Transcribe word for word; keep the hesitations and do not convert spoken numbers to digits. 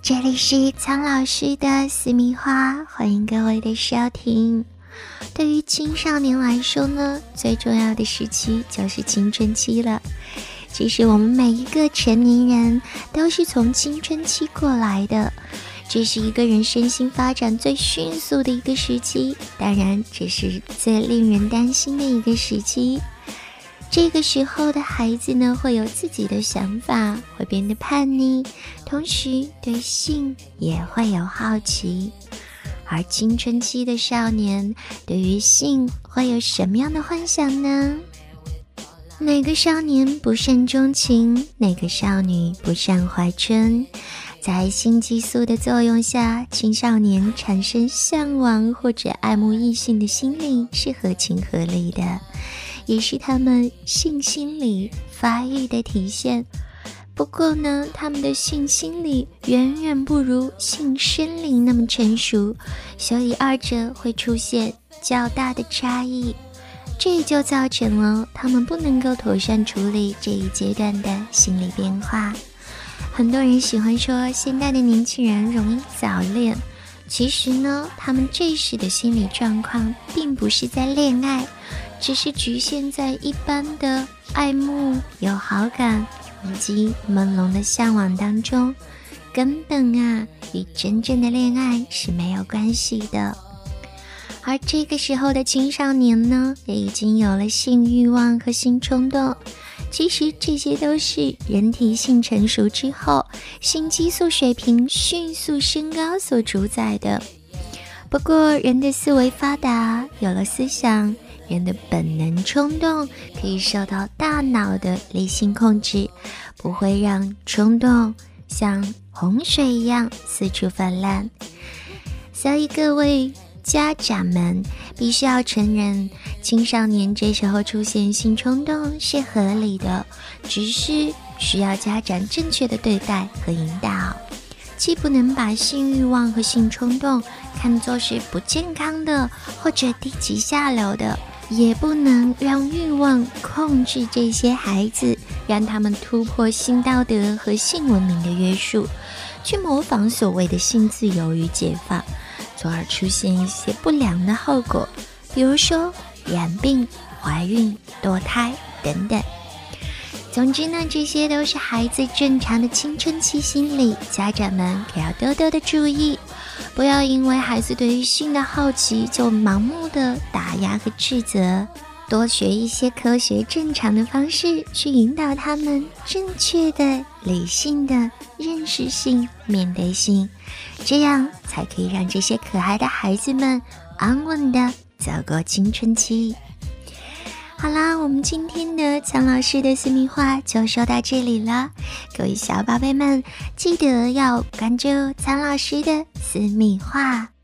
这里是苍老师的私密话，欢迎各位的收听。对于青少年来说呢，最重要的时期就是青春期了。其实我们每一个成年人都是从青春期过来的，这是一个人身心发展最迅速的一个时期，当然这是最令人担心的一个时期。这个时候的孩子呢，会有自己的想法，会变得叛逆，同时对性也会有好奇。而青春期的少年对于性会有什么样的幻想呢？哪个少年不胜钟情，哪个少女不善怀春？在性激素的作用下，青少年产生向往或者爱慕异性的心理是合情合理的，也是他们性心理发育的体现。不过呢，他们的性心理远远不如性生理那么成熟，所以二者会出现较大的差异。这就造成了他们不能够妥善处理这一阶段的心理变化。很多人喜欢说现代的年轻人容易早恋，其实呢，他们这时的心理状况并不是在恋爱，只是局限在一般的爱慕、有好感以及朦胧的向往当中，根本啊与真正的恋爱是没有关系的。而这个时候的青少年呢，也已经有了性欲望和性冲动，其实这些都是人体性成熟之后性激素水平迅速升高所主宰的。不过人的思维发达，有了思想，人的本能冲动可以受到大脑的理性控制，不会让冲动像洪水一样四处泛滥。所以各位家长们必须要承认，青少年这时候出现性冲动是合理的，只是需要家长正确的对待和引导。既不能把性欲望和性冲动看作是不健康的或者低级下流的，也不能让欲望控制这些孩子，让他们突破性道德和性文明的约束，去模仿所谓的性自由与解放，从而出现一些不良的后果，比如说染病、怀孕、堕胎等等。总之呢，这些都是孩子正常的青春期心理，家长们可要多多的注意，不要因为孩子对于性的好奇就盲目的打压和指责，多学一些科学正常的方式去引导他们正确的、理性的认识性、面对性，这样才可以让这些可爱的孩子们安稳的走过青春期。好啦，我们今天的苍老师的私密话就说到这里了，各位小宝贝们，记得要关注苍老师的私密话。